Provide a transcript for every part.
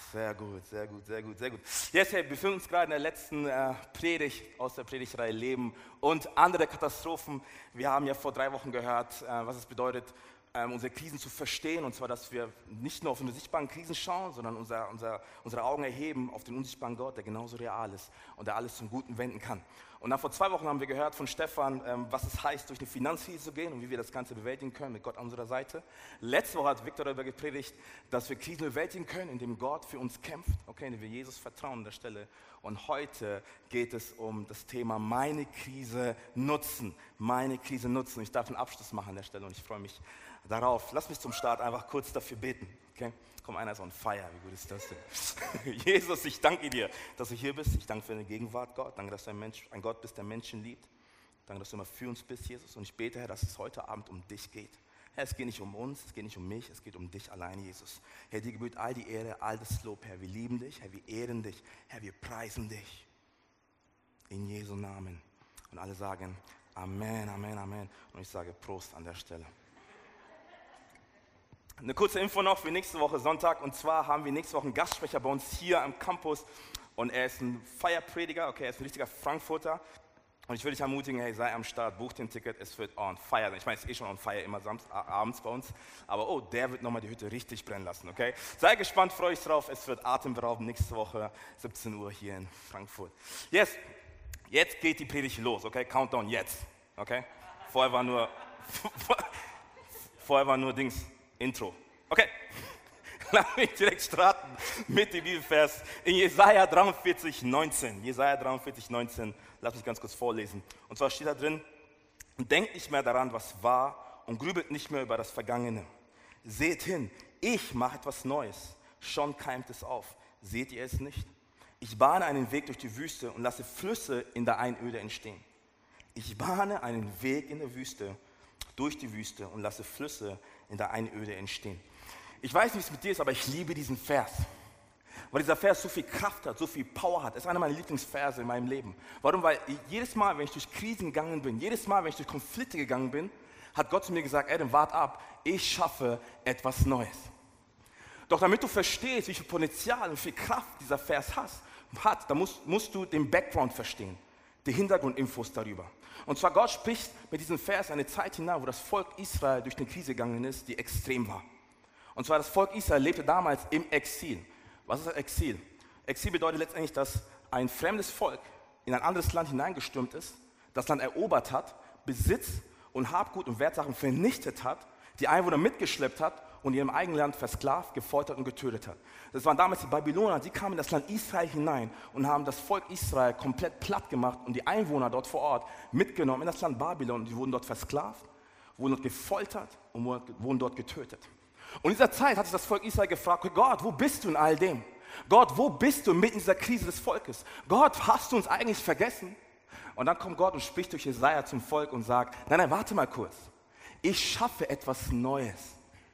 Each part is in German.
Sehr gut, sehr gut, sehr gut, sehr gut. Jetzt, wir befinden uns gerade in der letzten Predigt aus der Predigtreihe Leben und andere Katastrophen. Wir haben ja vor 3 Wochen gehört, was es bedeutet, unsere Krisen zu verstehen. Und zwar, dass wir nicht nur auf unsere sichtbaren Krisen schauen, sondern unsere Augen erheben auf den unsichtbaren Gott, der genauso real ist und der alles zum Guten wenden kann. Und dann vor 2 Wochen haben wir gehört von Stefan, was es heißt, durch eine Finanzkrise zu gehen und wie wir das Ganze bewältigen können mit Gott an unserer Seite. Letzte Woche hat Victor darüber gepredigt, dass wir Krisen bewältigen können, indem Gott für uns kämpft, okay, indem wir Jesus vertrauen an der Stelle. Und heute geht es um das Thema meine Krise nutzen. Meine Krise nutzen. Ich darf einen Abschluss machen an der Stelle und ich freue mich darauf. Lass mich zum Start einfach kurz dafür beten, okay? Komm, einer ist on fire, wie gut ist das denn? Jesus, ich danke dir, dass du hier bist. Ich danke für deine Gegenwart, Gott. Danke, dass du ein Gott bist, der Menschen liebt. Danke, dass du immer für uns bist, Jesus. Und ich bete, Herr, dass es heute Abend um dich geht. Herr, es geht nicht um uns, es geht nicht um mich, es geht um dich allein, Jesus. Herr, dir gebührt all die Ehre, all das Lob, Herr. Wir lieben dich, Herr, wir ehren dich, Herr, wir preisen dich. In Jesu Namen. Und alle sagen Amen, Amen, Amen. Und ich sage Prost an der Stelle. Eine kurze Info noch für nächste Woche Sonntag, und zwar haben wir nächste Woche einen Gastsprecher bei uns hier am Campus und er ist ein Feierprediger, okay, er ist ein richtiger Frankfurter und ich will dich ermutigen, hey, sei am Start, buch den Ticket, es wird on fire sein. Ich meine, es ist eh schon on fire immer abends bei uns, aber oh, der wird nochmal die Hütte richtig brennen lassen, okay? Sei gespannt, freue dich drauf, es wird atemberaubend nächste Woche 17 Uhr hier in Frankfurt. Yes, jetzt geht die Predigt los, okay, Countdown jetzt, okay? Vorher war nur Intro. Okay, lass mich direkt starten mit dem Bibelvers in Jesaja 43, 19. Jesaja 43, 19, lass mich ganz kurz vorlesen. Und zwar steht da drin, denkt nicht mehr daran, was war und grübelt nicht mehr über das Vergangene. Seht hin, ich mache etwas Neues, schon keimt es auf. Seht ihr es nicht? Ich bahne einen Weg durch die Wüste und lasse Flüsse in der Einöde entstehen. Ich bahne einen Weg in der Wüste, durch die Wüste und lasse Flüsse in der Einöde entstehen. Ich weiß nicht, wie es mit dir ist, aber ich liebe diesen Vers. Weil dieser Vers so viel Kraft hat, so viel Power hat. Das ist einer meiner Lieblingsverse in meinem Leben. Warum? Weil jedes Mal, wenn ich durch Krisen gegangen bin, jedes Mal, wenn ich durch Konflikte gegangen bin, hat Gott zu mir gesagt, Adam, wart ab, ich schaffe etwas Neues. Doch damit du verstehst, wie viel Potenzial und wie viel Kraft dieser Vers hat, da musst du den Background verstehen, die Hintergrundinfos darüber. Und zwar Gott spricht mit diesem Vers eine Zeit hinein, wo das Volk Israel durch eine Krise gegangen ist, die extrem war. Und zwar das Volk Israel lebte damals im Exil. Was ist Exil? Exil bedeutet letztendlich, dass ein fremdes Volk in ein anderes Land hineingestürmt ist, das Land erobert hat, Besitz und Habgut und Wertsachen vernichtet hat, die Einwohner mitgeschleppt hat und in ihrem eigenen Land versklavt, gefoltert und getötet hat. Das waren damals die Babylonier, die kamen in das Land Israel hinein und haben das Volk Israel komplett platt gemacht und die Einwohner dort vor Ort mitgenommen in das Land Babylon. Die wurden dort versklavt, wurden dort gefoltert und wurden dort getötet. Und in dieser Zeit hat sich das Volk Israel gefragt, Gott, wo bist du in all dem? Gott, wo bist du mitten in dieser Krise des Volkes? Gott, hast du uns eigentlich vergessen? Und dann kommt Gott und spricht durch Jesaja zum Volk und sagt, nein, warte mal kurz. Ich schaffe etwas Neues.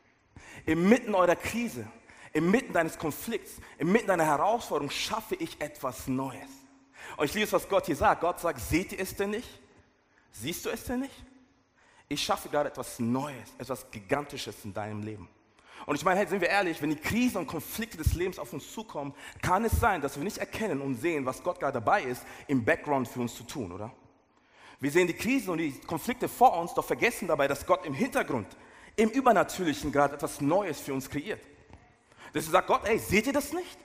Inmitten eurer Krise, inmitten deines Konflikts, inmitten deiner Herausforderung schaffe ich etwas Neues. Und ich liebe es, was Gott hier sagt. Gott sagt, seht ihr es denn nicht? Siehst du es denn nicht? Ich schaffe gerade etwas Neues, etwas Gigantisches in deinem Leben. Und ich meine, hey, sind wir ehrlich, wenn die Krisen und Konflikte des Lebens auf uns zukommen, kann es sein, dass wir nicht erkennen und sehen, was Gott gerade dabei ist, im Background für uns zu tun, oder? Wir sehen die Krisen und die Konflikte vor uns, doch vergessen dabei, dass Gott im Hintergrund, im Übernatürlichen gerade etwas Neues für uns kreiert. Deswegen sagt Gott, ey, seht ihr das nicht?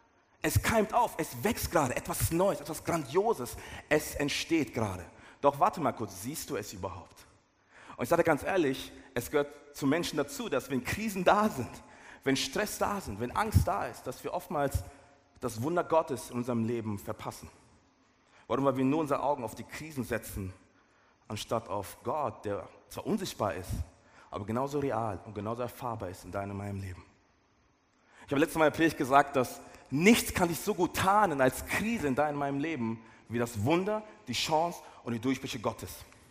Es keimt auf, es wächst gerade, etwas Neues, etwas Grandioses, es entsteht gerade. Doch warte mal kurz, siehst du es überhaupt? Und ich sage ganz ehrlich, es gehört zu Menschen dazu, dass wenn Krisen da sind, wenn Stress da sind, wenn Angst da ist, dass wir oftmals das Wunder Gottes in unserem Leben verpassen. Warum? Weil wir nur unsere Augen auf die Krisen setzen, anstatt auf Gott, der zwar unsichtbar ist, aber genauso real und genauso erfahrbar ist in deinem und meinem Leben. Ich habe letztes Mal in der Predigt gesagt, dass nichts kann dich so gut tarnen als Krise in deinem und meinem Leben, wie das Wunder, die Chance und die Durchbrüche Gottes.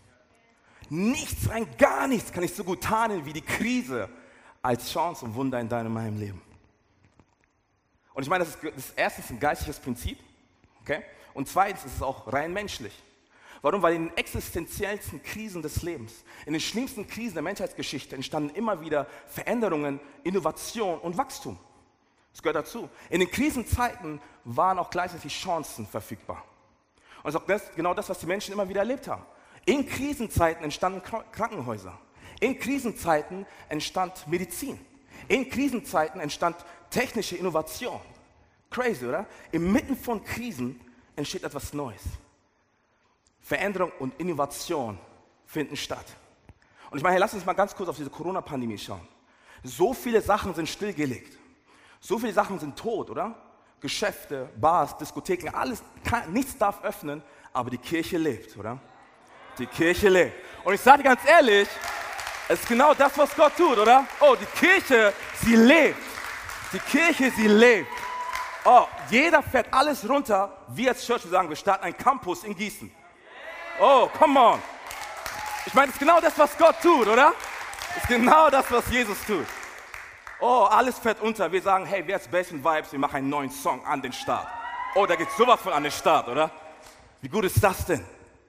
Nichts, rein gar nichts kann dich so gut tarnen wie die Krise als Chance und Wunder in deinem und meinem Leben. Und ich meine, das ist erstens ein geistliches Prinzip, okay? Und zweitens ist es auch rein menschlich. Warum? Weil in den existenziellsten Krisen des Lebens, in den schlimmsten Krisen der Menschheitsgeschichte entstanden immer wieder Veränderungen, Innovation und Wachstum. Das gehört dazu. In den Krisenzeiten waren auch gleichzeitig Chancen verfügbar. Und das ist auch genau das, was die Menschen immer wieder erlebt haben. In Krisenzeiten entstanden Krankenhäuser. In Krisenzeiten entstand Medizin. In Krisenzeiten entstand technische Innovation. Crazy, oder? Inmitten von Krisen entsteht etwas Neues. Veränderung und Innovation finden statt. Und ich meine, hey, lass uns mal ganz kurz auf diese Corona-Pandemie schauen. So viele Sachen sind stillgelegt. So viele Sachen sind tot, oder? Geschäfte, Bars, Diskotheken, alles, nichts darf öffnen, aber die Kirche lebt, oder? Die Kirche lebt. Und ich sage dir ganz ehrlich, es ist genau das, was Gott tut, oder? Oh, die Kirche, sie lebt. Die Kirche, sie lebt. Oh, jeder fährt alles runter. Wir als Church, wir sagen, wir starten einen Campus in Gießen. Oh, come on. Ich meine, es ist genau das, was Gott tut, oder? Es ist genau das, was Jesus tut. Oh, alles fährt unter. Wir sagen, hey, wer ist Bass and Vibes? Wir machen einen neuen Song an den Start. Oh, da geht sowas von an den Start, oder? Wie gut ist das denn?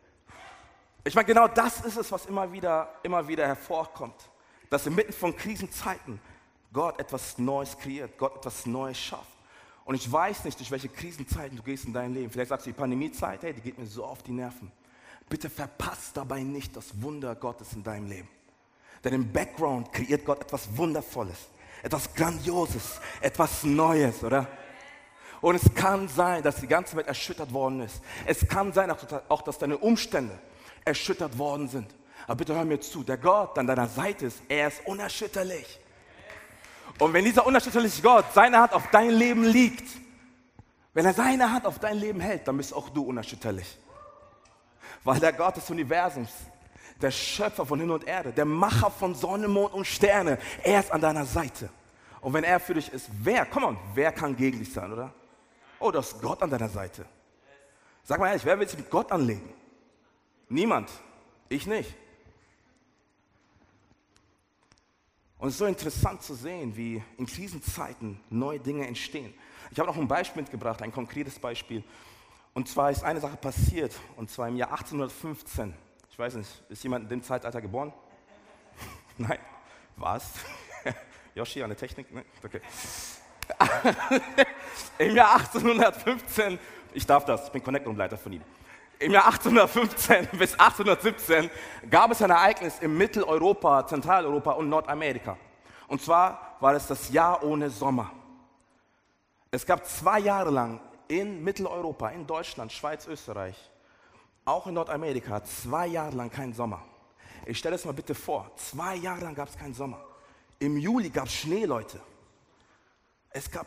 Ich meine, genau das ist es, was immer wieder hervorkommt. Dass inmitten von Krisenzeiten Gott etwas Neues kreiert, Gott etwas Neues schafft. Und ich weiß nicht, durch welche Krisenzeiten du gehst in dein Leben. Vielleicht sagst du, die Pandemiezeit, hey, die geht mir so auf die Nerven. Bitte verpasst dabei nicht das Wunder Gottes in deinem Leben. Denn im Background kreiert Gott etwas Wundervolles, etwas Grandioses, etwas Neues, oder? Und es kann sein, dass die ganze Welt erschüttert worden ist. Es kann sein, auch dass deine Umstände erschüttert worden sind. Aber bitte hör mir zu, der Gott an deiner Seite ist, er ist unerschütterlich. Und wenn dieser unerschütterliche Gott seine Hand auf dein Leben liegt, wenn er seine Hand auf dein Leben hält, dann bist auch du unerschütterlich. Weil der Gott des Universums, der Schöpfer von Himmel und Erde, der Macher von Sonne, Mond und Sterne, er ist an deiner Seite. Und wenn er für dich ist, wer kann gegen dich sein, oder? Oh, du hast Gott an deiner Seite. Sag mal ehrlich, wer will sich mit Gott anlegen? Niemand. Ich nicht. Und es ist so interessant zu sehen, wie in Krisenzeiten neue Dinge entstehen. Ich habe noch ein Beispiel mitgebracht, ein konkretes Beispiel. Und zwar ist eine Sache passiert, und zwar im Jahr 1815. Ich weiß nicht, ist jemand in dem Zeitalter geboren? Nein. Was? Yoshi an der Technik? Ne? Okay. Im Jahr 1815, ich darf das, ich bin Connect-Leiter von ihm. Im Jahr 1815 bis 1817 gab es ein Ereignis in Mitteleuropa, Zentraleuropa und Nordamerika. Und zwar war es das Jahr ohne Sommer. Es gab 2 Jahre lang in Mitteleuropa, in Deutschland, Schweiz, Österreich, auch in Nordamerika, 2 Jahre lang keinen Sommer. Ich stelle es mal bitte vor, 2 Jahre lang gab es keinen Sommer. Im Juli gab es Schnee, Leute. Es gab,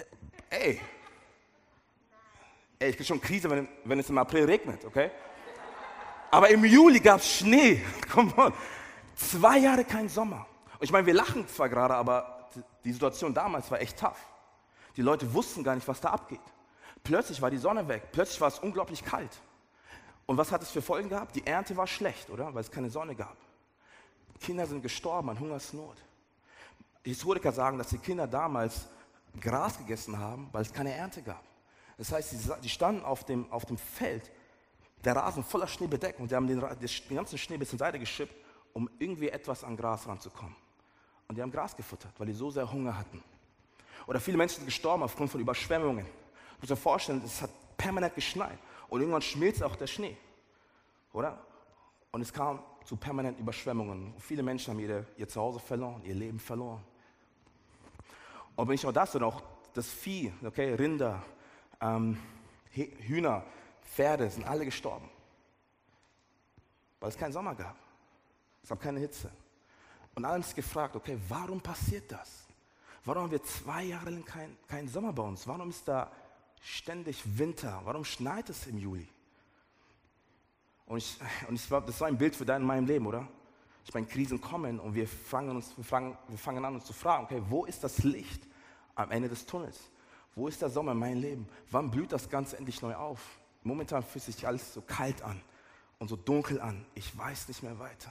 ich kriege schon Krise, wenn es im April regnet, okay? Aber im Juli gab es Schnee. Come on. 2 Jahre kein Sommer. Und ich meine, wir lachen zwar gerade, aber die Situation damals war echt tough. Die Leute wussten gar nicht, was da abgeht. Plötzlich war die Sonne weg. Plötzlich war es unglaublich kalt. Und was hat es für Folgen gehabt? Die Ernte war schlecht, oder? Weil es keine Sonne gab. Kinder sind gestorben an Hungersnot. Die Historiker sagen, dass die Kinder damals Gras gegessen haben, weil es keine Ernte gab. Das heißt, die standen auf dem Feld, der Rasen voller Schnee bedeckt, und die haben den ganzen Schnee bis zur Seite geschippt, um irgendwie etwas an Gras ranzukommen. Und die haben Gras gefuttert, weil die so sehr Hunger hatten. Oder viele Menschen sind gestorben aufgrund von Überschwemmungen. Du musst dir vorstellen, es hat permanent geschneit und irgendwann schmilzt auch der Schnee. Oder? Und es kam zu permanenten Überschwemmungen. Und viele Menschen haben ihr Zuhause verloren, ihr Leben verloren. Und nicht nur das, sondern auch das Vieh, okay, Rinder, Hühner, Pferde sind alle gestorben. Weil es keinen Sommer gab. Es gab keine Hitze. Und alle haben sich gefragt, okay, warum passiert das? Warum haben wir 2 Jahre lang keinen Sommer bei uns? Warum ist da ständig Winter? Warum schneit es im Juli? Das war ein Bild für dein und mein Leben, oder? Ich meine, Krisen kommen und wir fangen an, uns zu fragen, okay, wo ist das Licht am Ende des Tunnels? Wo ist der Sommer in meinem Leben? Wann blüht das Ganze endlich neu auf? Momentan fühlt sich alles so kalt an und so dunkel an. Ich weiß nicht mehr weiter.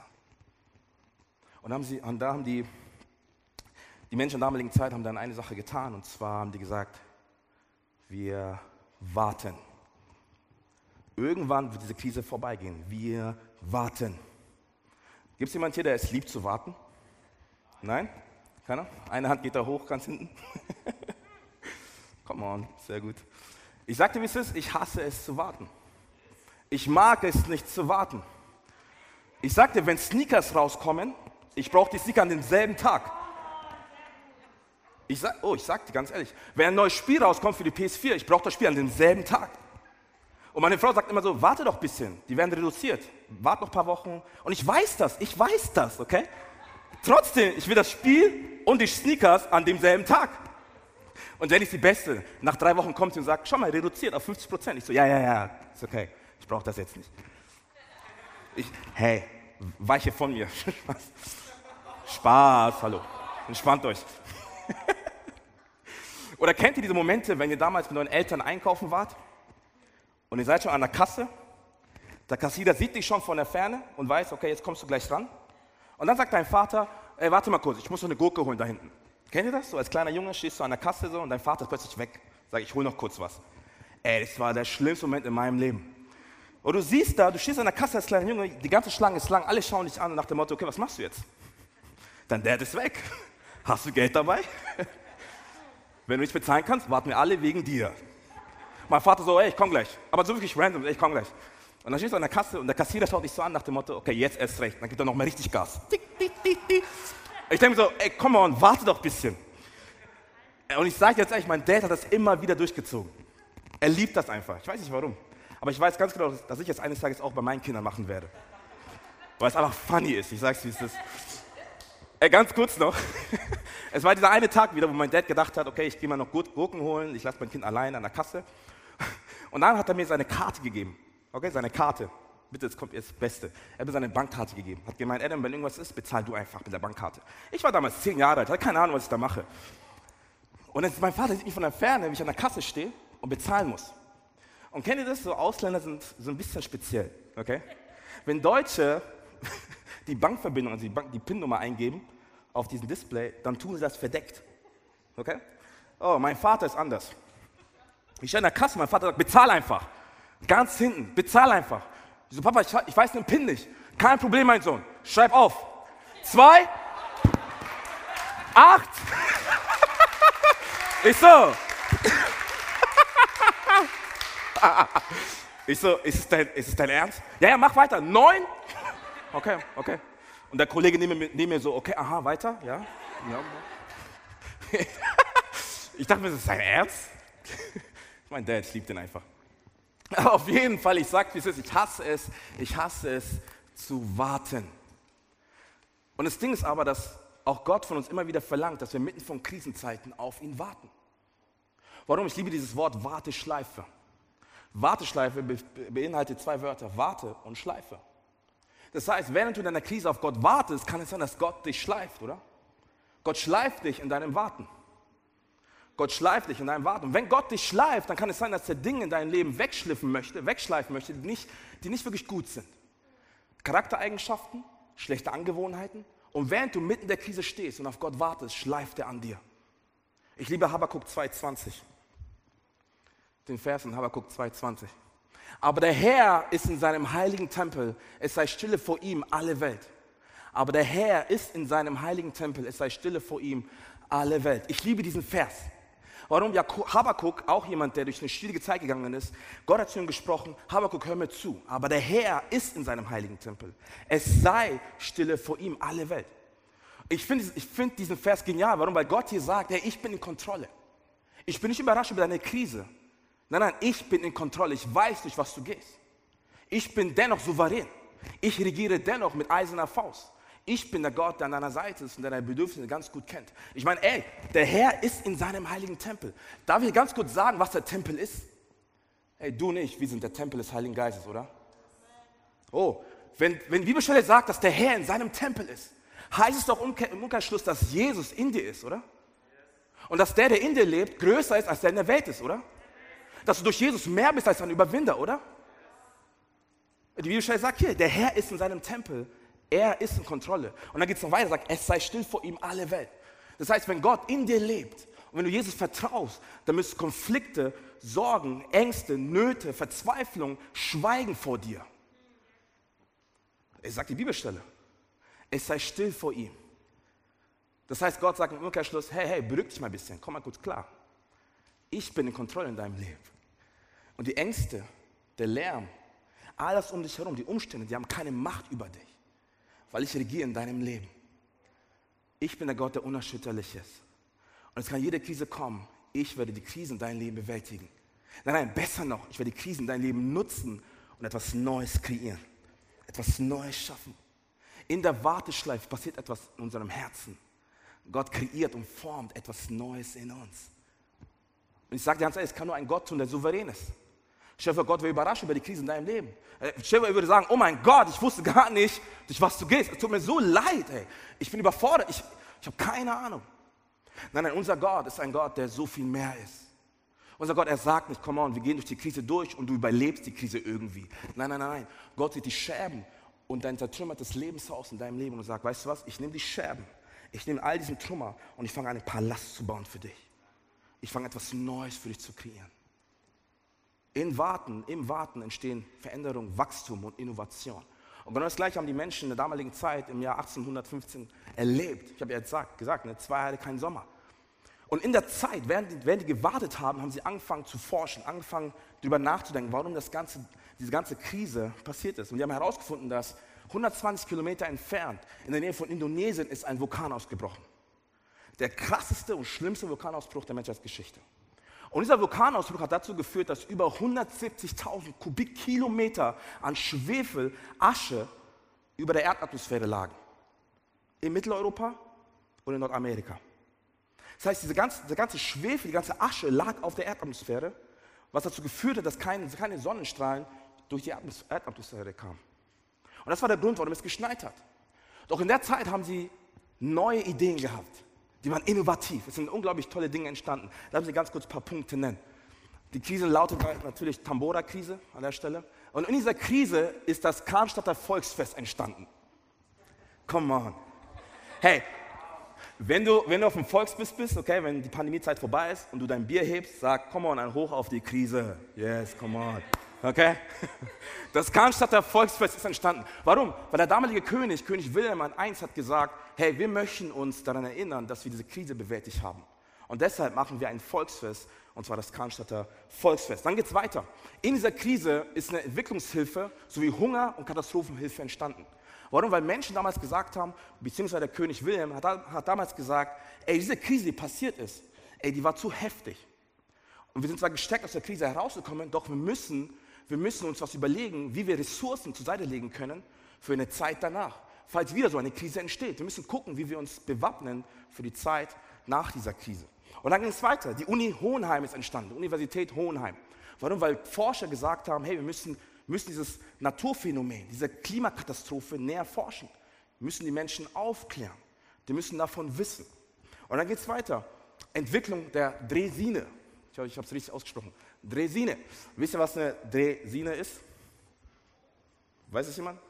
Und da haben die Menschen der damaligen Zeit haben dann eine Sache getan, und zwar haben die gesagt, wir warten. Irgendwann wird diese Krise vorbeigehen. Wir warten. Gibt es jemanden hier, der es liebt zu warten? Nein? Keiner? Eine Hand geht da hoch, ganz hinten. Come on, sehr gut. Ich sag dir, wie es ist, ich hasse es zu warten. Ich mag es nicht zu warten. Ich sag dir, wenn Sneakers rauskommen, ich brauche die Sneaker an demselben Tag. Ich sag dir ganz ehrlich, wenn ein neues Spiel rauskommt für die PS4, ich brauche das Spiel an demselben Tag. Und meine Frau sagt immer so, warte doch ein bisschen, die werden reduziert. Warte noch ein paar Wochen. Und ich weiß das, okay? Trotzdem, ich will das Spiel und die Sneakers an demselben Tag. Und Jenny ist die Beste. Nach 3 Wochen kommt sie und sagt, schau mal, reduziert auf 50%. Ich so, ja, ist okay. Ich brauche das jetzt nicht. Hey, weiche von mir. Spaß, hallo. Entspannt euch. Oder kennt ihr diese Momente, wenn ihr damals mit euren Eltern einkaufen wart und ihr seid schon an der Kasse, der Kassierer sieht dich schon von der Ferne und weiß, okay, jetzt kommst du gleich ran. Und dann sagt dein Vater, ey, warte mal kurz, ich muss noch eine Gurke holen da hinten. Kennt ihr das? So als kleiner Junge stehst du an der Kasse so und dein Vater ist plötzlich weg. Sag, ich hol noch kurz was. Ey, das war der schlimmste Moment in meinem Leben. Und du siehst da, du stehst an der Kasse als kleiner Junge, die ganze Schlange ist lang, alle schauen dich an nach dem Motto, okay, was machst du jetzt? Dein Dad ist weg. Hast du Geld dabei? Wenn du nicht bezahlen kannst, warten wir alle wegen dir. Mein Vater so, ey, ich komm gleich. Aber so wirklich random, ey, ich komm gleich. Und dann stehst du an der Kasse und der Kassierer schaut dich so an nach dem Motto, okay, jetzt erst recht. Dann gibt er noch mal richtig Gas. Ich denke mir so, ey, come on, warte doch ein bisschen. Und ich sage jetzt ehrlich, mein Dad hat das immer wieder durchgezogen. Er liebt das einfach. Ich weiß nicht warum. Aber ich weiß ganz genau, dass ich es eines Tages auch bei meinen Kindern machen werde. Weil es einfach funny ist. Ich sag's, wie es ist. Ganz kurz noch. Es war dieser eine Tag wieder, wo mein Dad gedacht hat, okay, ich gehe mal noch Gurken holen, ich lasse mein Kind allein an der Kasse. Und dann hat er mir seine Karte gegeben. Okay, seine Karte. Bitte, jetzt kommt jetzt das Beste. Er hat mir seine Bankkarte gegeben. Hat gemeint, Adam, wenn irgendwas ist, bezahl du einfach mit der Bankkarte. Ich war damals 10 Jahre alt, hatte keine Ahnung, was ich da mache. Und jetzt mein Vater sieht mich von der Ferne, wie ich an der Kasse stehe und bezahlen muss. Und kennt ihr das? So Ausländer sind so ein bisschen speziell. Okay? Wenn Deutsche die Bankverbindung, also die PIN-Nummer eingeben auf diesem Display, dann tun sie das verdeckt. Okay? Oh, mein Vater ist anders. Ich stehe an der Kasse, mein Vater sagt, bezahl einfach. Ganz hinten, bezahl einfach. Ich so, Papa, ich weiß den PIN nicht. Kein Problem, mein Sohn. Schreib auf. 2, 8. Ich so, ist es dein Ernst? Ja, mach weiter. 9. Okay. Und der Kollege neben mir so, okay, aha, weiter, ja. Ich dachte mir, ist das dein Ernst? Mein Dad, ich liebe den einfach. Aber auf jeden Fall, ich sag, wie es ist, ich hasse es zu warten. Und das Ding ist aber, dass auch Gott von uns immer wieder verlangt, dass wir mitten von Krisenzeiten auf ihn warten. Warum? Ich liebe dieses Wort Warteschleife. Warteschleife beinhaltet 2 Wörter, Warte und Schleife. Das heißt, während du in deiner Krise auf Gott wartest, kann es sein, dass Gott dich schleift, oder? Gott schleift dich in deinem Warten. Gott schleift dich in deinem Warten. Und wenn Gott dich schleift, dann kann es sein, dass er Dinge in deinem Leben wegschleifen möchte, die nicht wirklich gut sind. Charaktereigenschaften, schlechte Angewohnheiten. Und während du mitten in der Krise stehst und auf Gott wartest, schleift er an dir. Ich liebe Habakuk 2,20. Den Vers in Habakuk 2,20. Aber der Herr ist in seinem heiligen Tempel, es sei stille vor ihm alle Welt. Aber der Herr ist in seinem heiligen Tempel, es sei stille vor ihm alle Welt. Ich liebe diesen Vers. Warum? Ja, Habakuk, auch jemand, der durch eine schwierige Zeit gegangen ist, Gott hat zu ihm gesprochen, Habakuk, hör mir zu, aber der Herr ist in seinem heiligen Tempel. Es sei stille vor ihm alle Welt. Ich finde diesen Vers genial. Warum? Weil Gott hier sagt, hey, ich bin in Kontrolle. Ich bin nicht überrascht über deine Krise. Nein, ich bin in Kontrolle. Ich weiß, durch was du gehst. Ich bin dennoch souverän. Ich regiere dennoch mit eiserner Faust. Ich bin der Gott, der an deiner Seite ist und der deine Bedürfnisse ganz gut kennt. Ich meine, der Herr ist in seinem heiligen Tempel. Darf ich ganz kurz sagen, was der Tempel ist? Du und ich, wir sind der Tempel des Heiligen Geistes, oder? Oh, wenn die Bibelstelle sagt, dass der Herr in seinem Tempel ist, heißt es doch im Umkehrschluss, dass Jesus in dir ist, oder? Und dass der in dir lebt, größer ist, als der in der Welt ist, oder? Dass du durch Jesus mehr bist als ein Überwinder, oder? Die Bibelstelle sagt hier, der Herr ist in seinem Tempel, er ist in Kontrolle. Und dann geht es noch weiter, sagt, es sei still vor ihm alle Welt. Das heißt, wenn Gott in dir lebt und wenn du Jesus vertraust, dann müssen Konflikte, Sorgen, Ängste, Nöte, Verzweiflung schweigen vor dir. Es sagt die Bibelstelle, es sei still vor ihm. Das heißt, Gott sagt im Umkehrschluss, hey, beruhig dich mal ein bisschen, komm mal kurz klar. Ich bin in Kontrolle in deinem Leben. Und die Ängste, der Lärm, alles um dich herum, die Umstände, die haben keine Macht über dich, weil ich regiere in deinem Leben. Ich bin der Gott, der unerschütterlich ist. Und es kann jede Krise kommen. Ich werde die Krise in deinem Leben bewältigen. Nein, besser noch, ich werde die Krise in deinem Leben nutzen und etwas Neues kreieren. Etwas Neues schaffen. In der Warteschleife passiert etwas in unserem Herzen. Gott kreiert und formt etwas Neues in uns. Und ich sage dir ganz ehrlich, es kann nur ein Gott tun, der souverän ist. Stell dir vor, Gott wäre überrascht über die Krise in deinem Leben. Stell dir vor, er würde sagen, oh mein Gott, ich wusste gar nicht, durch was du gehst. Es tut mir so leid, ey. Ich bin überfordert, ich habe keine Ahnung. Nein, unser Gott ist ein Gott, der so viel mehr ist. Unser Gott, er sagt nicht, komm on, wir gehen durch die Krise durch und du überlebst die Krise irgendwie. Nein. Gott sieht die Scherben und dein zertrümmertes Lebenshaus in deinem Leben und sagt, weißt du was, ich nehme die Scherben, ich nehme all diesen Trümmer und ich fange an, einen Palast zu bauen für dich. Ich fange etwas Neues für dich zu kreieren. Im Warten entstehen Veränderung, Wachstum und Innovation. Und genau das Gleiche haben die Menschen in der damaligen Zeit im Jahr 1815 erlebt. Ich habe ja jetzt gesagt, 2 Jahre kein Sommer. Und in der Zeit, während die gewartet haben, haben sie angefangen zu forschen, angefangen darüber nachzudenken, warum diese ganze Krise passiert ist. Und die haben herausgefunden, dass 120 Kilometer entfernt, in der Nähe von Indonesien, ist ein Vulkan ausgebrochen. Der krasseste und schlimmste Vulkanausbruch der Menschheitsgeschichte. Und dieser Vulkanausbruch hat dazu geführt, dass über 170.000 Kubikkilometer an Schwefel, Asche über der Erdatmosphäre lagen. In Mitteleuropa und in Nordamerika. Das heißt, der ganze Schwefel, die ganze Asche lag auf der Erdatmosphäre, was dazu geführt hat, dass keine Sonnenstrahlen durch die Erdatmosphäre kamen. Und das war der Grund, warum es geschneit hat. Doch in der Zeit haben sie neue Ideen gehabt. Die waren innovativ. Es sind unglaublich tolle Dinge entstanden. Lassen Sie ganz kurz ein paar Punkte nennen. Die Krise lautet natürlich Tambora-Krise an der Stelle. Und in dieser Krise ist das Cannstatter Volksfest entstanden. Come on. Hey, wenn du auf dem Volksfest bist, okay, wenn die Pandemiezeit vorbei ist und du dein Bier hebst, sag, come on, ein Hoch auf die Krise. Yes, come on. Okay? Das Cannstatter Volksfest ist entstanden. Warum? Weil der damalige König Wilhelm I, hat gesagt, hey, wir möchten uns daran erinnern, dass wir diese Krise bewältigt haben. Und deshalb machen wir ein Volksfest, und zwar das Cannstatter Volksfest. Dann geht es weiter. In dieser Krise ist eine Entwicklungshilfe sowie Hunger- und Katastrophenhilfe entstanden. Warum? Weil Menschen damals gesagt haben, beziehungsweise der König Wilhelm hat damals gesagt, ey, diese Krise, die passiert ist, ey, die war zu heftig. Und wir sind zwar gestärkt aus der Krise herausgekommen, doch wir müssen uns was überlegen, wie wir Ressourcen zur Seite legen können für eine Zeit danach, falls wieder so eine Krise entsteht. Wir müssen gucken, wie wir uns bewappnen für die Zeit nach dieser Krise. Und dann ging es weiter. Die Uni Hohenheim ist entstanden, die Universität Hohenheim. Warum? Weil Forscher gesagt haben, hey, wir müssen dieses Naturphänomen, diese Klimakatastrophe näher forschen. Wir müssen die Menschen aufklären. Die müssen davon wissen. Und dann geht es weiter. Entwicklung der Dresine. Ich hoffe, ich habe es richtig ausgesprochen. Dresine. Wisst ihr, was eine Dresine ist? Weiß es jemand?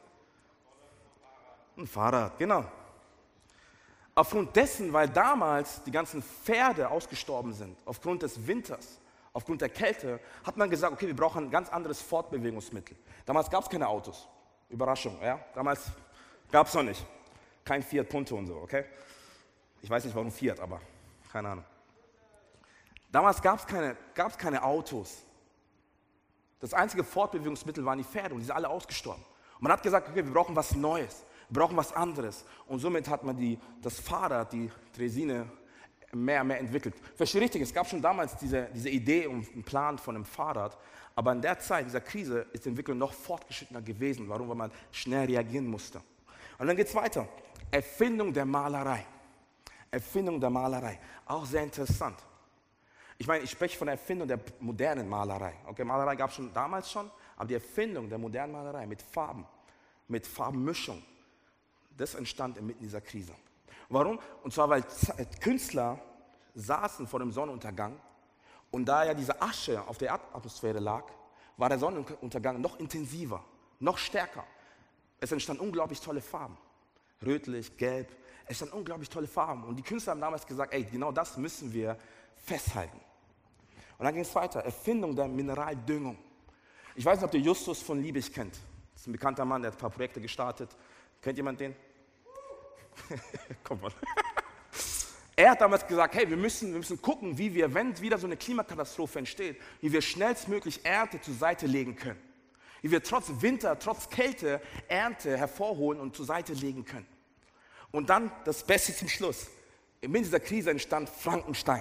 Ein Fahrrad, genau. Aufgrund dessen, weil damals die ganzen Pferde ausgestorben sind, aufgrund des Winters, aufgrund der Kälte, hat man gesagt, okay, wir brauchen ein ganz anderes Fortbewegungsmittel. Damals gab es keine Autos. Überraschung, ja? Damals gab es noch nicht. Kein Fiat Punto und so, okay? Ich weiß nicht, warum Fiat, aber keine Ahnung. Damals gab es keine Autos. Das einzige Fortbewegungsmittel waren die Pferde und die sind alle ausgestorben. Und man hat gesagt, okay, wir brauchen was Neues, wir brauchen was anderes. Und somit hat man das Fahrrad, die Dresine, mehr entwickelt. Verstehe richtig, es gab schon damals diese Idee und einen Plan von einem Fahrrad, aber in der Zeit dieser Krise ist die Entwicklung noch fortgeschrittener gewesen. Warum? Weil man schnell reagieren musste. Und dann geht es weiter. Erfindung der Malerei. Erfindung der Malerei. Auch sehr interessant. Ich meine, ich spreche von der Erfindung der modernen Malerei. Okay, Malerei gab es schon damals schon, aber die Erfindung der modernen Malerei mit Farben, mit Farbenmischung, das entstand inmitten dieser Krise. Warum? Und zwar, weil Künstler saßen vor dem Sonnenuntergang und da ja diese Asche auf der Erdatmosphäre lag, war der Sonnenuntergang noch intensiver, noch stärker. Es entstanden unglaublich tolle Farben. Rötlich, gelb, es entstanden unglaublich tolle Farben. Und die Künstler haben damals gesagt, ey, genau das müssen wir festhalten. Und dann ging es weiter. Erfindung der Mineraldüngung. Ich weiß nicht, ob ihr Justus von Liebig kennt. Das ist ein bekannter Mann, der hat ein paar Projekte gestartet. Kennt jemand den? Komm mal. Er hat damals gesagt, hey, wir müssen gucken, wie wir, wenn wieder so eine Klimakatastrophe entsteht, wie wir schnellstmöglich Ernte zur Seite legen können. Wie wir trotz Winter, trotz Kälte Ernte hervorholen und zur Seite legen können. Und dann das Beste zum Schluss. In dieser Krise entstand Frankenstein.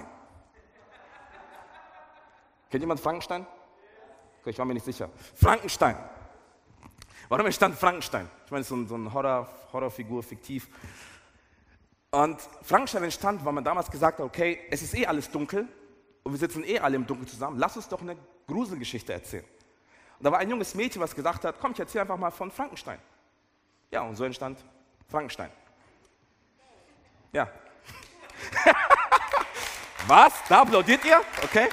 Kennt jemand Frankenstein? Okay, ich war mir nicht sicher. Frankenstein. Warum entstand Frankenstein? Ich meine, es ist so eine Horrorfigur, fiktiv. Und Frankenstein entstand, weil man damals gesagt hat, okay, es ist alles dunkel und wir sitzen alle im Dunkeln zusammen. Lass uns doch eine Gruselgeschichte erzählen. Und da war ein junges Mädchen, was gesagt hat, komm, ich erzähle einfach mal von Frankenstein. Ja, und so entstand Frankenstein. Ja. Was? Da applaudiert ihr? Okay.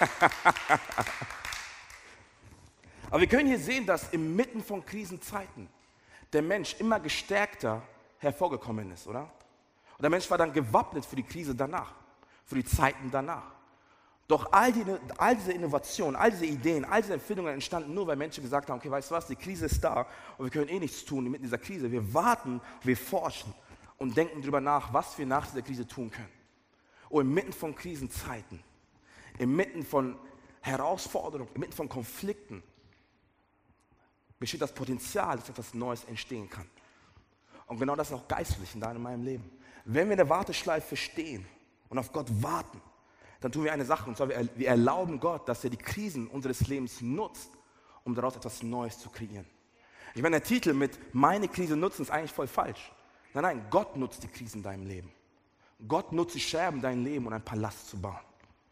Aber wir können hier sehen, dass inmitten von Krisenzeiten der Mensch immer gestärkter hervorgekommen ist, oder? Und der Mensch war dann gewappnet für die Krise danach, für die Zeiten danach. Doch all diese Innovationen, all diese Ideen, all diese Erfindungen entstanden nur, weil Menschen gesagt haben, okay, weißt du was, die Krise ist da und wir können nichts tun inmitten dieser Krise. Wir warten, wir forschen und denken darüber nach, was wir nach dieser Krise tun können. Und inmitten von Krisenzeiten, inmitten von Herausforderungen, inmitten von Konflikten besteht das Potenzial, dass etwas Neues entstehen kann. Und genau das ist auch geistlich in deinem und meinem Leben. Wenn wir in der Warteschleife stehen und auf Gott warten, dann tun wir eine Sache, und zwar wir erlauben Gott, dass er die Krisen unseres Lebens nutzt, um daraus etwas Neues zu kreieren. Ich meine, der Titel mit meine Krise nutzen ist eigentlich voll falsch. Nein, Gott nutzt die Krisen in deinem Leben. Gott nutzt die Scherben in deinem Leben, um einen Palast zu bauen.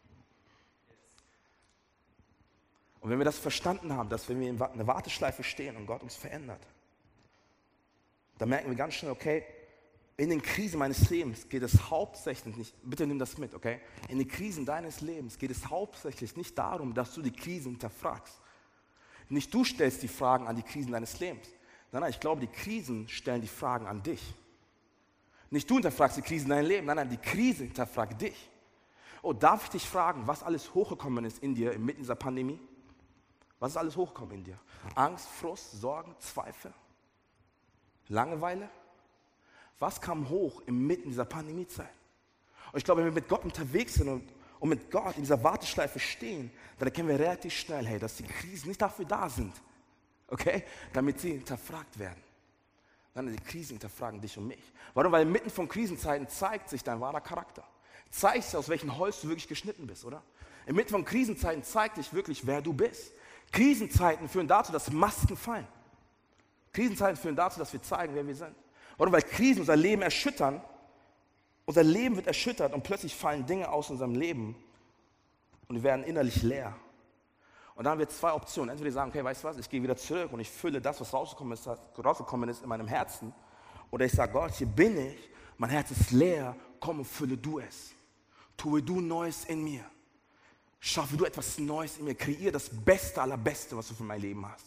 Und wenn wir das verstanden haben, dass wenn wir in einer Warteschleife stehen und Gott uns verändert, dann merken wir ganz schnell, okay, in den Krisen meines Lebens geht es hauptsächlich nicht, bitte nimm das mit, okay? In den Krisen deines Lebens geht es hauptsächlich nicht darum, dass du die Krisen hinterfragst. Nicht du stellst die Fragen an die Krisen deines Lebens. Nein, ich glaube, die Krisen stellen die Fragen an dich. Nicht du hinterfragst die Krisen in deinem Leben, nein, die Krise hinterfragt dich. Oh, darf ich dich fragen, was alles hochgekommen ist in dir inmitten dieser Pandemie? Was ist alles hochgekommen in dir? Angst, Frust, Sorgen, Zweifel, Langeweile? Was kam hoch inmitten dieser Pandemiezeit? Und ich glaube, wenn wir mit Gott unterwegs sind und mit Gott in dieser Warteschleife stehen, dann erkennen wir relativ schnell, hey, dass die Krisen nicht dafür da sind, okay, damit sie hinterfragt werden. Nein, die Krisen hinterfragen dich und mich. Warum? Weil inmitten von Krisenzeiten zeigt sich dein wahrer Charakter. Zeigt sich, aus welchem Holz du wirklich geschnitten bist, oder? Inmitten von Krisenzeiten zeigt sich wirklich, wer du bist. Krisenzeiten führen dazu, dass Masken fallen. Krisenzeiten führen dazu, dass wir zeigen, wer wir sind. Warum? Weil Krisen unser Leben erschüttern. Unser Leben wird erschüttert und plötzlich fallen Dinge aus unserem Leben und wir werden innerlich leer. Und dann haben wir zwei Optionen. Entweder wir sagen, okay, weißt du was, ich gehe wieder zurück und ich fülle das, was rausgekommen ist in meinem Herzen. Oder ich sage, Gott, hier bin ich, mein Herz ist leer, komm und fülle du es. Tue du Neues in mir. Schaffe du etwas Neues in mir. Kreiere das Beste aller Beste, was du für mein Leben hast.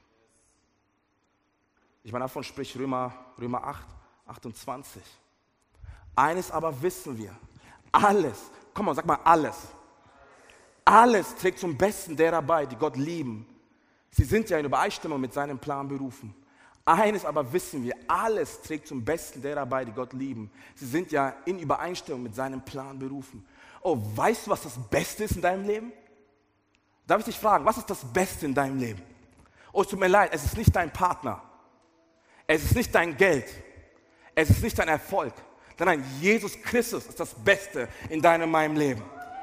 Ich meine, davon spricht Römer 8, 28. Eines aber wissen wir, alles, komm mal, sag mal alles. Alles trägt zum Besten derer bei, die Gott lieben. Sie sind ja in Übereinstimmung mit seinem Plan berufen. Eines aber wissen wir, alles trägt zum Besten derer bei, die Gott lieben. Sie sind ja in Übereinstimmung mit seinem Plan berufen. Oh, weißt du, was das Beste ist in deinem Leben? Darf ich dich fragen, was ist das Beste in deinem Leben? Oh, es tut mir leid, es ist nicht dein Partner. Es ist nicht dein Geld. Es ist nicht dein Erfolg. Nein, Jesus Christus ist das Beste in deinem und meinem Leben.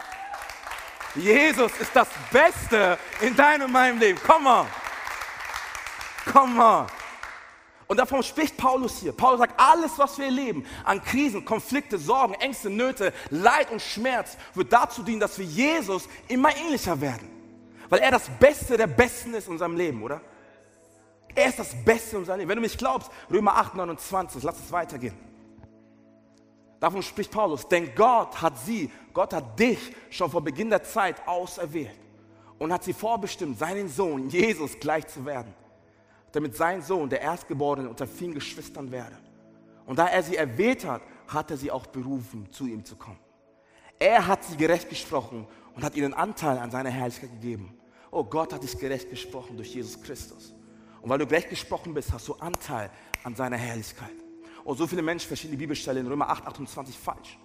Jesus ist das Beste in deinem und meinem Leben. Come on. Come on. Und davon spricht Paulus hier. Paulus sagt, alles, was wir erleben, an Krisen, Konflikte, Sorgen, Ängste, Nöte, Leid und Schmerz, wird dazu dienen, dass wir Jesus immer ähnlicher werden. Weil er das Beste der Besten ist in unserem Leben, oder? Er ist das Beste in unserem Leben. Wenn du mich glaubst, Römer 8, 29, lass es weitergehen. Davon spricht Paulus, denn Gott hat dich schon vor Beginn der Zeit auserwählt und hat sie vorbestimmt, seinen Sohn Jesus gleich zu werden, damit sein Sohn der Erstgeborene unter vielen Geschwistern werde. Und da er sie erwählt hat, hat er sie auch berufen, zu ihm zu kommen. Er hat sie gerecht gesprochen und hat ihnen Anteil an seiner Herrlichkeit gegeben. Oh, Gott hat dich gerecht gesprochen durch Jesus Christus. Und weil du gerecht gesprochen bist, hast du Anteil an seiner Herrlichkeit. Oh, so viele Menschen verstehen die Bibelstelle in Römer 8, 28 falsch.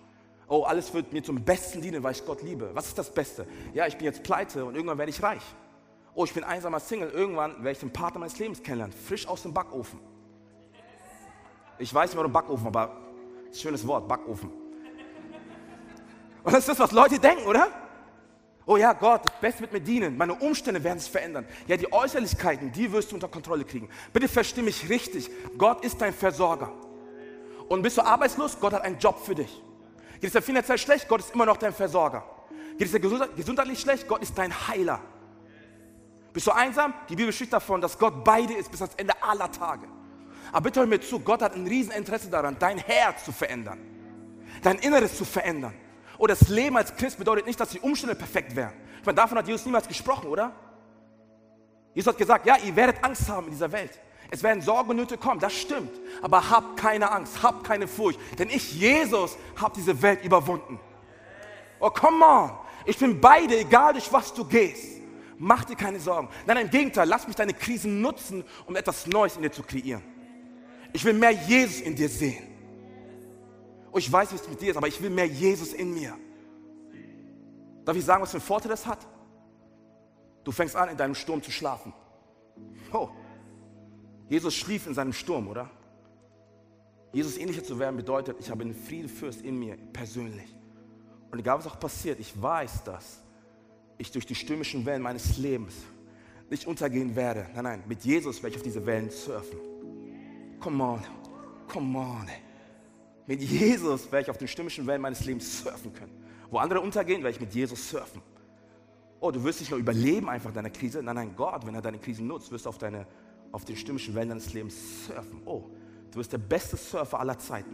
Oh, alles wird mir zum Besten dienen, weil ich Gott liebe. Was ist das Beste? Ja, ich bin jetzt pleite und irgendwann werde ich reich. Oh, ich bin einsamer Single, irgendwann werde ich den Partner meines Lebens kennenlernen, frisch aus dem Backofen. Ich weiß nicht, warum Backofen, aber das ist ein schönes Wort, Backofen. Und das ist das, was Leute denken, oder? Oh ja, Gott, das Beste wird mir dienen, meine Umstände werden sich verändern. Ja, die Äußerlichkeiten, die wirst du unter Kontrolle kriegen. Bitte versteh mich richtig, Gott ist dein Versorger. Und bist du arbeitslos, Gott hat einen Job für dich. Geht es dir finanziell schlecht, Gott ist immer noch dein Versorger. Geht es dir gesundheitlich schlecht, Gott ist dein Heiler. Bist du einsam? Die Bibel spricht davon, dass Gott bei dir ist bis ans Ende aller Tage. Aber bitte hör mir zu, Gott hat ein Rieseninteresse daran, dein Herz zu verändern. Dein Inneres zu verändern. Oh, das Leben als Christ bedeutet nicht, dass die Umstände perfekt wären. Ich meine, davon hat Jesus niemals gesprochen, oder? Jesus hat gesagt, ja, ihr werdet Angst haben in dieser Welt. Es werden Sorgen und Nöte kommen, das stimmt. Aber habt keine Angst, habt keine Furcht. Denn ich, Jesus, habe diese Welt überwunden. Oh, come on. Ich bin bei dir, egal durch was du gehst. Mach dir keine Sorgen. Nein, im Gegenteil, lass mich deine Krisen nutzen, um etwas Neues in dir zu kreieren. Ich will mehr Jesus in dir sehen. Oh, ich weiß, wie es mit dir ist, aber ich will mehr Jesus in mir. Darf ich sagen, was für einen Vorteil das hat? Du fängst an, in deinem Sturm zu schlafen. Oh, Jesus schlief in seinem Sturm, oder? Jesus ähnlicher zu werden bedeutet, ich habe einen Friedefürst in mir, persönlich. Und egal was auch passiert, ich weiß, dass ich durch die stürmischen Wellen meines Lebens nicht untergehen werde. Nein, nein, mit Jesus werde ich auf diese Wellen surfen. Come on, come on. Mit Jesus werde ich auf den stürmischen Wellen meines Lebens surfen können. Wo andere untergehen, werde ich mit Jesus surfen. Oh, du wirst nicht nur überleben einfach deiner Krise. Nein, nein, Gott, wenn er deine Krisen nutzt, wirst du auf den stürmischen Wellen deines Lebens surfen. Oh, du wirst der beste Surfer aller Zeiten.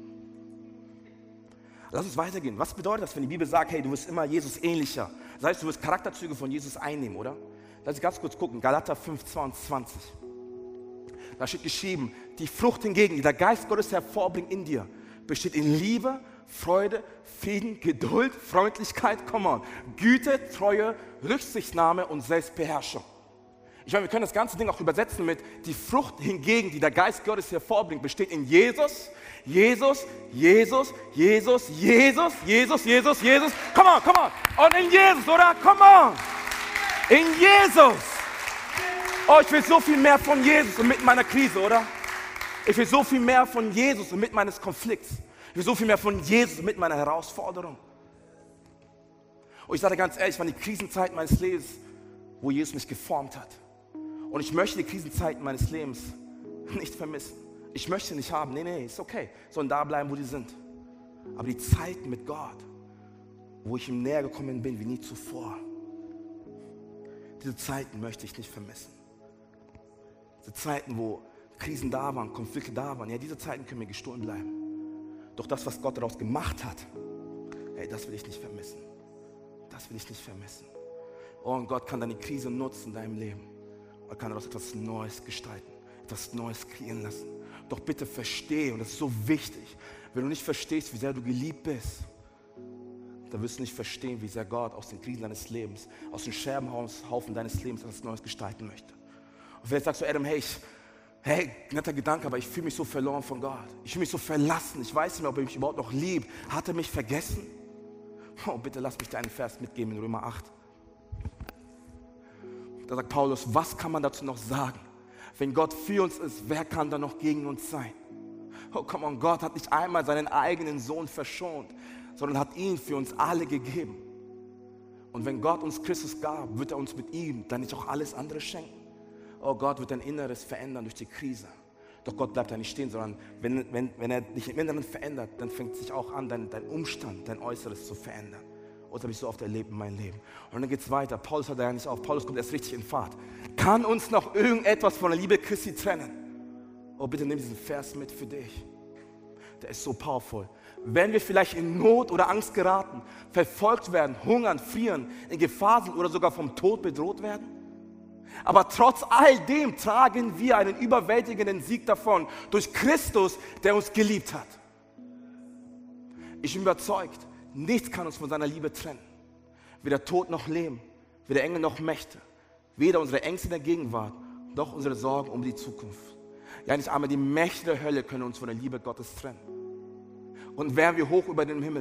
Lass uns weitergehen. Was bedeutet das, wenn die Bibel sagt, hey, du wirst immer Jesus ähnlicher? Das heißt, du wirst Charakterzüge von Jesus einnehmen, oder? Lass uns ganz kurz gucken. Galater 5,22. Da steht geschrieben, die Frucht hingegen, die der Geist Gottes hervorbringt in dir, besteht in Liebe, Freude, Frieden, Geduld, Freundlichkeit, come on, Güte, Treue, Rücksichtnahme und Selbstbeherrschung. Ich meine, wir können das ganze Ding auch übersetzen mit, die Frucht hingegen, die der Geist Gottes hervorbringt, besteht in Jesus, Jesus, Jesus, Jesus, Jesus, Jesus, Jesus, Jesus, come on, come on, und in Jesus, oder? Come on, in Jesus. Oh, ich will so viel mehr von Jesus inmitten meiner Krise, oder? Ich will so viel mehr von Jesus inmitten meines Konflikts. Ich will so viel mehr von Jesus inmitten meiner Herausforderung. Und ich sage ganz ehrlich, es waren die Krisenzeiten meines Lebens, wo Jesus mich geformt hat. Und ich möchte die Krisenzeiten meines Lebens nicht vermissen. Ich möchte sie nicht haben. Nee, ist okay. Sollen da bleiben, wo die sind. Aber die Zeiten mit Gott, wo ich ihm näher gekommen bin wie nie zuvor, diese Zeiten möchte ich nicht vermissen. Diese Zeiten, wo Krisen da waren, Konflikte da waren, ja, diese Zeiten können mir gestohlen bleiben. Doch das, was Gott daraus gemacht hat, hey, das will ich nicht vermissen. Das will ich nicht vermissen. Oh, und Gott kann deine Krise nutzen in deinem Leben. Und kann daraus etwas Neues gestalten, etwas Neues kreieren lassen. Doch bitte verstehe, und das ist so wichtig, wenn du nicht verstehst, wie sehr du geliebt bist, dann wirst du nicht verstehen, wie sehr Gott aus den Krisen deines Lebens, aus dem Scherbenhaufen deines Lebens etwas Neues gestalten möchte. Und vielleicht sagst du, Adam, hey, netter Gedanke, aber ich fühle mich so verloren von Gott. Ich fühle mich so verlassen. Ich weiß nicht mehr, ob er mich überhaupt noch liebt. Hat er mich vergessen? Oh, bitte lass mich dir einen Vers mitgeben in Römer 8. Da sagt Paulus, was kann man dazu noch sagen? Wenn Gott für uns ist, wer kann dann noch gegen uns sein? Oh, come on, Gott hat nicht einmal seinen eigenen Sohn verschont, sondern hat ihn für uns alle gegeben. Und wenn Gott uns Christus gab, wird er uns mit ihm dann nicht auch alles andere schenken? Oh, Gott wird dein Inneres verändern durch die Krise. Doch Gott bleibt da nicht stehen, sondern wenn er dich im Inneren verändert, dann fängt es sich auch an, dein Umstand, dein Äußeres zu verändern. Und das habe ich so oft erlebt in meinem Leben. Und dann geht es weiter. Paulus hört da ja nicht auf. Paulus kommt erst richtig in Fahrt. Kann uns noch irgendetwas von der Liebe Christi trennen? Oh, bitte nimm diesen Vers mit für dich. Der ist so powerful. Wenn wir vielleicht in Not oder Angst geraten, verfolgt werden, hungern, frieren, in Gefahr sind oder sogar vom Tod bedroht werden? Aber trotz all dem tragen wir einen überwältigenden Sieg davon durch Christus, der uns geliebt hat. Ich bin überzeugt, nichts kann uns von seiner Liebe trennen. Weder Tod noch Leben, weder Engel noch Mächte, weder unsere Ängste in der Gegenwart, noch unsere Sorgen um die Zukunft. Ja, nicht einmal die Mächte der Hölle können uns von der Liebe Gottes trennen. Und wären wir hoch über dem Himmel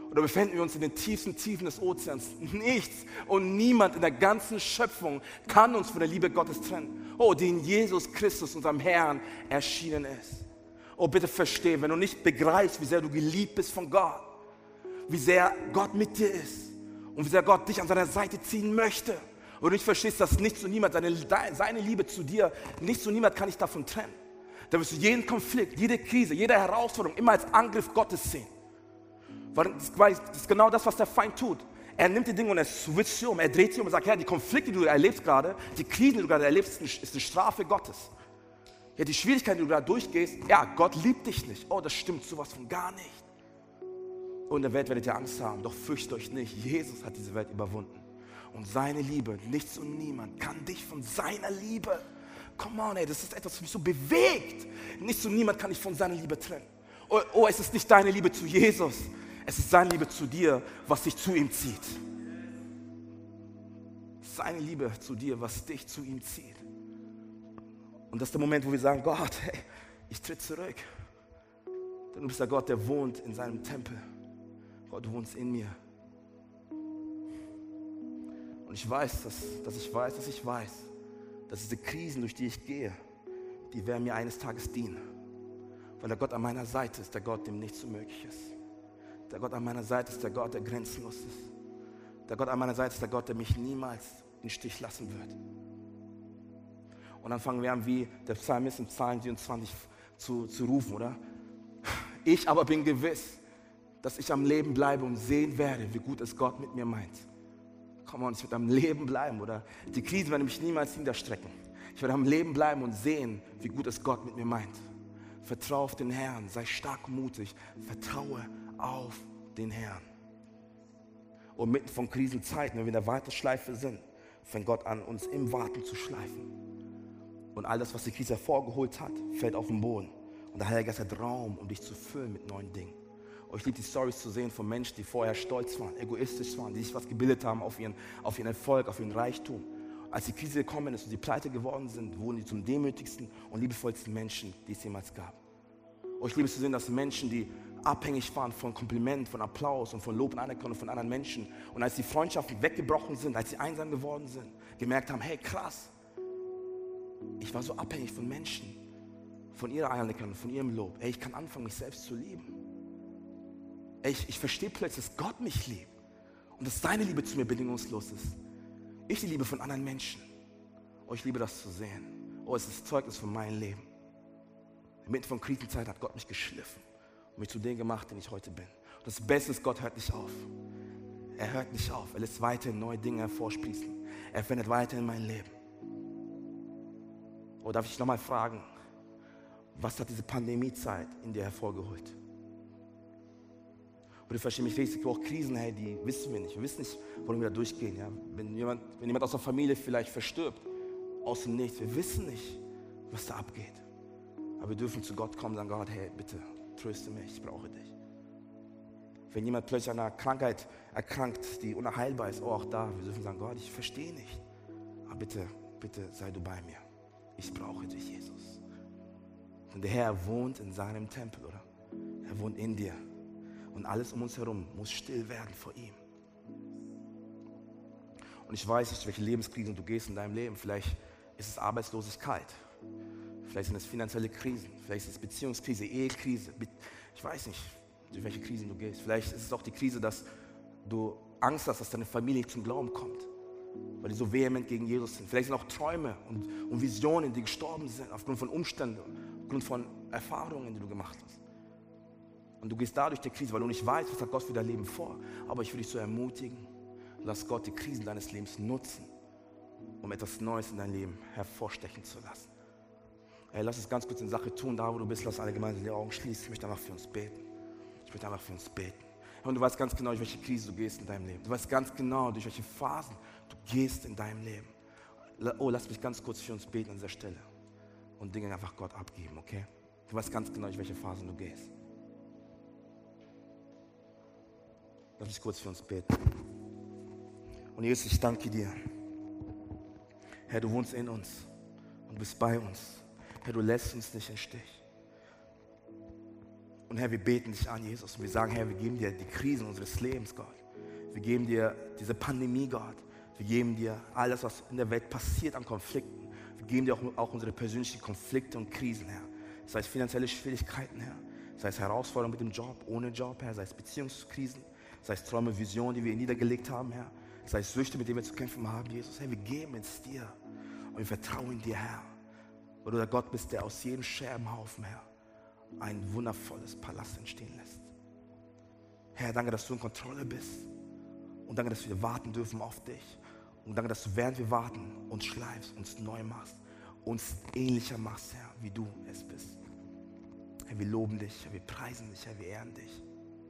Oder befinden wir uns in den tiefsten Tiefen des Ozeans? Nichts und niemand in der ganzen Schöpfung kann uns von der Liebe Gottes trennen. Oh, die in Jesus Christus, unserem Herrn, erschienen ist. Oh, bitte versteh, wenn du nicht begreifst, wie sehr du geliebt bist von Gott, wie sehr Gott mit dir ist und wie sehr Gott dich an seiner Seite ziehen möchte, und du nicht verstehst, dass nichts und niemand, seine Liebe zu dir, nichts und niemand kann dich davon trennen, dann wirst du jeden Konflikt, jede Krise, jede Herausforderung immer als Angriff Gottes sehen. Weil das ist genau das, was der Feind tut. Er nimmt die Dinge und er switcht sie um, er dreht sie um und sagt, ja, die Konflikte, die du erlebst gerade, die Krisen, die du gerade erlebst, ist eine Strafe Gottes. Ja, die Schwierigkeiten, die du gerade durchgehst, ja, Gott liebt dich nicht. Oh, das stimmt sowas von gar nicht. Und in der Welt werdet ihr Angst haben, doch fürchtet euch nicht. Jesus hat diese Welt überwunden. Und seine Liebe, nichts und niemand kann dich von seiner Liebe. Come on, ey, das ist etwas, was mich so bewegt. Nichts und niemand kann dich von seiner Liebe trennen. Oh, es ist nicht deine Liebe zu Jesus. Es ist seine Liebe zu dir, was dich zu ihm zieht. Seine Liebe zu dir, was dich zu ihm zieht. Und das ist der Moment, wo wir sagen, Gott, hey, ich tritt zurück. Denn du bist der Gott, der wohnt in seinem Tempel. Gott, du wohnst in mir. Und ich weiß, dass diese Krisen, durch die ich gehe, die werden mir eines Tages dienen. Weil der Gott an meiner Seite ist, der Gott, dem nichts unmöglich ist. Der Gott an meiner Seite ist der Gott, der grenzenlos ist. Der Gott an meiner Seite ist der Gott, der mich niemals im Stich lassen wird. Und dann fangen wir an, wie der Psalmist im Psalm 27 zu rufen, oder? Ich aber bin gewiss, dass ich am Leben bleibe und sehen werde, wie gut es Gott mit mir meint. Komm on, ich werde am Leben bleiben, oder? Die Krisen werden mich niemals niederstrecken. Ich werde am Leben bleiben und sehen, wie gut es Gott mit mir meint. Vertraue auf den Herrn, sei stark und mutig. Vertraue auf den Herrn. Und mitten von Krisenzeiten, wenn wir in der Warteschleife sind, fängt Gott an, uns im Warten zu schleifen. Und all das, was die Krise hervorgeholt hat, fällt auf den Boden. Und der Heilige Geist hat Raum, um dich zu füllen mit neuen Dingen. Und ich liebe die Storys zu sehen von Menschen, die vorher stolz waren, egoistisch waren, die sich was gebildet haben auf ihren Erfolg, auf ihren Reichtum. Als die Krise gekommen ist und sie pleite geworden sind, wurden die zum demütigsten und liebevollsten Menschen, die es jemals gab. Und ich liebe es zu sehen, dass Menschen, die abhängig waren von Kompliment, von Applaus und von Lob und Anerkennung von anderen Menschen, und als die Freundschaften weggebrochen sind, als sie einsam geworden sind, gemerkt haben, hey krass, ich war so abhängig von Menschen, von ihrer Anerkennung, von ihrem Lob. Ey, ich kann anfangen, mich selbst zu lieben. Ey, ich verstehe plötzlich, dass Gott mich liebt und dass seine Liebe zu mir bedingungslos ist. Ich die Liebe von anderen Menschen. Oh, ich liebe das zu sehen. Oh, es ist Zeugnis von meinem Leben. Inmitten von Krisenzeit hat Gott mich geschliffen und mich zu dem gemacht, den ich heute bin. Und das Beste ist, Gott hört nicht auf. Er hört nicht auf. Er lässt weiterhin neue Dinge hervorsprießen. Er verändert weiterhin mein Leben. Oh, darf ich nochmal fragen, was hat diese Pandemiezeit in dir hervorgeholt? Und ich verstehe mich richtig, auch Krisen, hey, die wissen wir nicht. Wir wissen nicht, worum wir da durchgehen. Ja? Wenn jemand aus der Familie vielleicht verstirbt, aus dem Nichts, wir wissen nicht, was da abgeht. Aber wir dürfen zu Gott kommen und sagen, Gott, hey, bitte, tröste mich, ich brauche dich. Wenn jemand plötzlich an einer Krankheit erkrankt, die unheilbar ist, auch da, wir dürfen sagen, Gott, ich verstehe nicht. Aber bitte, bitte sei du bei mir. Ich brauche dich, Jesus. Und der Herr wohnt in seinem Tempel, oder? Er wohnt in dir. Und alles um uns herum muss still werden vor ihm. Und ich weiß nicht, welche Lebenskrisen du gehst in deinem Leben. Vielleicht ist es Arbeitslosigkeit. Vielleicht sind es finanzielle Krisen. Vielleicht ist es Beziehungskrise, Ehekrise. Ich weiß nicht, durch welche Krisen du gehst. Vielleicht ist es auch die Krise, dass du Angst hast, dass deine Familie nicht zum Glauben kommt. Weil die so vehement gegen Jesus sind. Vielleicht sind auch Träume und Visionen, die gestorben sind, aufgrund von Umständen, aufgrund von Erfahrungen, die du gemacht hast. Und du gehst dadurch die Krise, weil du nicht weißt, was hat Gott für dein Leben vor. Aber ich will dich so ermutigen, lass Gott die Krisen deines Lebens nutzen, um etwas Neues in dein Leben hervorstechen zu lassen. Hey, lass uns ganz kurz eine Sache tun, da wo du bist, lass alle gemeinsam die Augen schließen. Ich möchte einfach für uns beten. Und du weißt ganz genau, durch welche Krise du gehst in deinem Leben. Du weißt ganz genau, durch welche Phasen du gehst in deinem Leben. Oh, lass mich ganz kurz für uns beten an dieser Stelle und Dinge einfach Gott abgeben, okay? Du weißt ganz genau, durch welche Phasen du gehst. Lass mich kurz für uns beten. Und Jesus, ich danke dir. Herr, du wohnst in uns und du bist bei uns. Herr, du lässt uns nicht im Stich. Und Herr, wir beten dich an, Jesus. Und wir sagen, Herr, wir geben dir die Krisen unseres Lebens, Gott. Wir geben dir diese Pandemie, Gott. Wir geben dir alles, was in der Welt passiert an Konflikten. Wir geben dir auch unsere persönlichen Konflikte und Krisen, Herr. Sei es finanzielle Schwierigkeiten, Herr. Sei es Herausforderungen mit dem Job, ohne Job, Herr. Sei es Beziehungskrisen. Sei es Träume, Visionen, die wir niedergelegt haben, Herr. Sei es Süchte, mit denen wir zu kämpfen haben, Jesus. Herr, wir geben es dir. Und wir vertrauen dir, Herr. Weil du der Gott bist, der aus jedem Scherbenhaufen, Herr, ein wundervolles Palast entstehen lässt. Herr, danke, dass du in Kontrolle bist. Und danke, dass wir warten dürfen auf dich. Und danke, dass du, während wir warten, uns schleifst, uns neu machst, uns ähnlicher machst, Herr, wie du es bist. Herr, wir loben dich, Herr, wir preisen dich, Herr, wir ehren dich.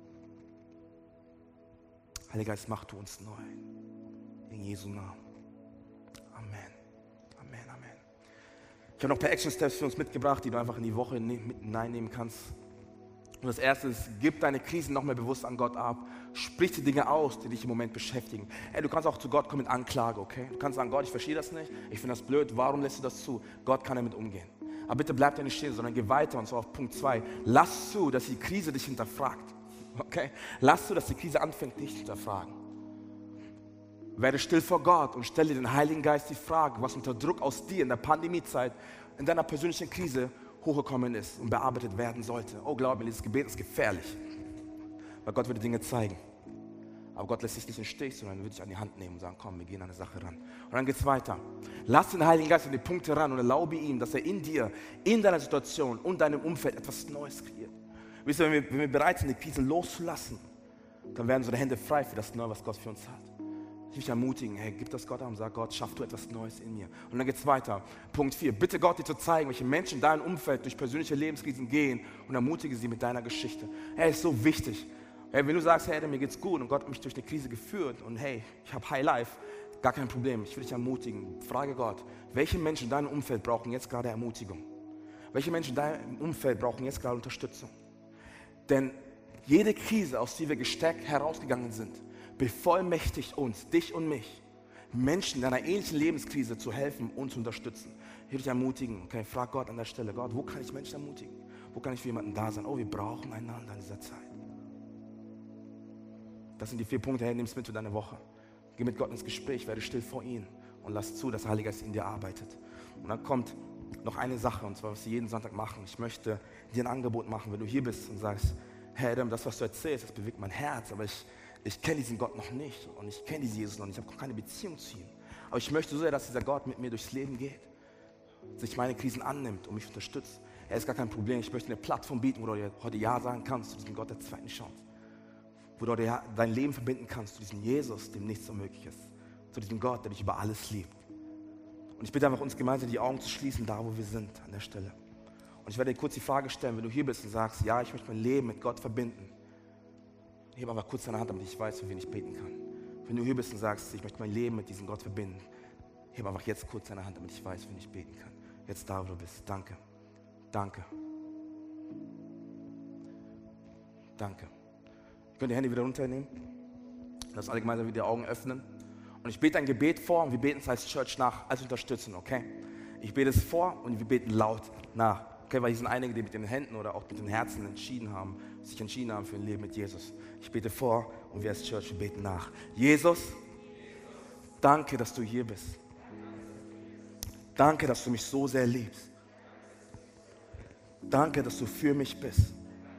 Heiliger Geist, mach du uns neu. In Jesu Namen. Amen. Amen, Amen. Ich habe noch ein paar Action-Steps für uns mitgebracht, die du einfach in die Woche mit hineinnehmen kannst. Und das erste ist, gib deine Krisen noch mehr bewusst an Gott ab. Sprich die Dinge aus, die dich im Moment beschäftigen. Hey, du kannst auch zu Gott kommen mit Anklage, okay? Du kannst sagen, Gott, ich verstehe das nicht, ich finde das blöd, warum lässt du das zu? Gott kann damit umgehen. Aber bitte bleib da nicht stehen, sondern geh weiter, und zwar auf Punkt 2. Lass zu, dass die Krise dich hinterfragt. Okay? Lass zu, dass die Krise anfängt, dich zu hinterfragen. Werde still vor Gott und stelle den Heiligen Geist die Frage, was unter Druck aus dir in der Pandemiezeit, in deiner persönlichen Krise hochgekommen ist und bearbeitet werden sollte. Oh, glaub mir, dieses Gebet ist gefährlich, weil Gott wird dir Dinge zeigen. Aber Gott lässt dich nicht im Stich, sondern wird dich an die Hand nehmen und sagen, komm, wir gehen an eine Sache ran. Und dann geht es weiter. Lass den Heiligen Geist an die Punkte ran und erlaube ihm, dass er in dir, in deiner Situation und deinem Umfeld etwas Neues kreiert. Wisst ihr, wenn wir bereit sind, die Krise loszulassen, dann werden unsere Hände frei für das Neue, was Gott für uns hat. Ich will dich ermutigen, hey, gib das Gott an und sag, Gott, schaff du etwas Neues in mir. Und dann geht es weiter. Punkt 4, bitte Gott, dir zu zeigen, welche Menschen in deinem Umfeld durch persönliche Lebenskrisen gehen, und ermutige sie mit deiner Geschichte. Hey, ist so wichtig. Hey, wenn du sagst, hey, mir geht's gut und Gott hat mich durch eine Krise geführt und hey, ich habe High Life, gar kein Problem. Ich will dich ermutigen. Frage Gott, welche Menschen in deinem Umfeld brauchen jetzt gerade Ermutigung? Welche Menschen in deinem Umfeld brauchen jetzt gerade Unterstützung? Denn jede Krise, aus der wir gestärkt herausgegangen sind, bevollmächtigt uns, dich und mich, Menschen in einer ähnlichen Lebenskrise zu helfen und zu unterstützen. Ich will dich ermutigen, okay, frag Gott an der Stelle, Gott, wo kann ich Menschen ermutigen? Wo kann ich für jemanden da sein? Oh, wir brauchen einander in dieser Zeit. Das sind die 4 Punkte, hey, nimm es mit für deine Woche. Geh mit Gott ins Gespräch, werde still vor ihm und lass zu, dass der Heilige Geist in dir arbeitet. Und dann kommt noch eine Sache, und zwar, was wir jeden Sonntag machen. Ich möchte dir ein Angebot machen, wenn du hier bist und sagst, Herr Adam, das, was du erzählst, das bewegt mein Herz, aber ich kenne diesen Gott noch nicht und ich kenne diesen Jesus noch nicht, ich habe keine Beziehung zu ihm. Aber ich möchte so sehr, dass dieser Gott mit mir durchs Leben geht, sich meine Krisen annimmt und mich unterstützt. Er ist gar kein Problem. Ich möchte eine Plattform bieten, wo du heute Ja sagen kannst zu diesem Gott der zweiten Chance. Wo du dein Leben verbinden kannst zu diesem Jesus, dem nichts unmöglich ist. Zu diesem Gott, der dich über alles liebt. Und ich bitte einfach, uns gemeinsam die Augen zu schließen, da wo wir sind, an der Stelle. Und ich werde dir kurz die Frage stellen, wenn du hier bist und sagst, ja, ich möchte mein Leben mit Gott verbinden. Heb einfach kurz deine Hand, damit ich weiß, für wen ich beten kann. Wenn du hier bist und sagst, ich möchte mein Leben mit diesem Gott verbinden, heb einfach jetzt kurz deine Hand, damit ich weiß, für wen ich beten kann. Jetzt da, wo du bist. Danke. Danke. Danke. Ihr könnt die Hände wieder runternehmen. Lass alle gemeinsam wieder die Augen öffnen. Und ich bete ein Gebet vor und wir beten es als Church nach, als Unterstützung, okay? Ich bete es vor und wir beten laut nach. Okay, weil hier sind einige, die mit den Händen oder auch mit den Herzen sich entschieden haben für ein Leben mit Jesus. Ich bete vor und wir als Church, wir beten nach. Jesus, danke, dass du hier bist. Danke, dass du mich so sehr liebst. Danke, dass du für mich bist.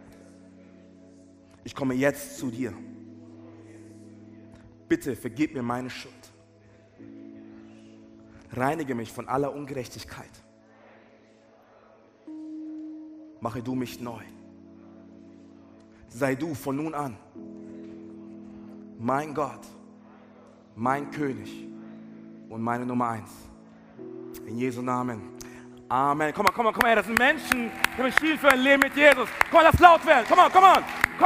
Ich komme jetzt zu dir. Bitte vergib mir meine Schuld. Reinige mich von aller Ungerechtigkeit. Mache du mich neu. Sei du von nun an mein Gott, mein König und meine Nummer 1. In Jesu Namen. Amen. Komm mal, das sind Menschen, die haben viel für ein Leben mit Jesus. Komm mal, lass laut werden. Komm on.